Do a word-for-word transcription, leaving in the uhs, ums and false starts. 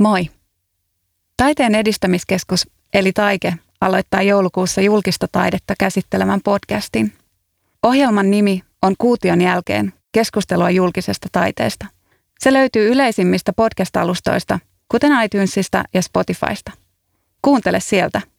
Moi! Taiteen edistämiskeskus eli Taike aloittaa joulukuussa julkista taidetta käsittelemän podcastin. Ohjelman nimi on Kuution jälkeen keskustelua julkisesta taiteesta. Se löytyy yleisimmistä podcast-alustoista, kuten iTunesista ja Spotifysta. Kuuntele sieltä.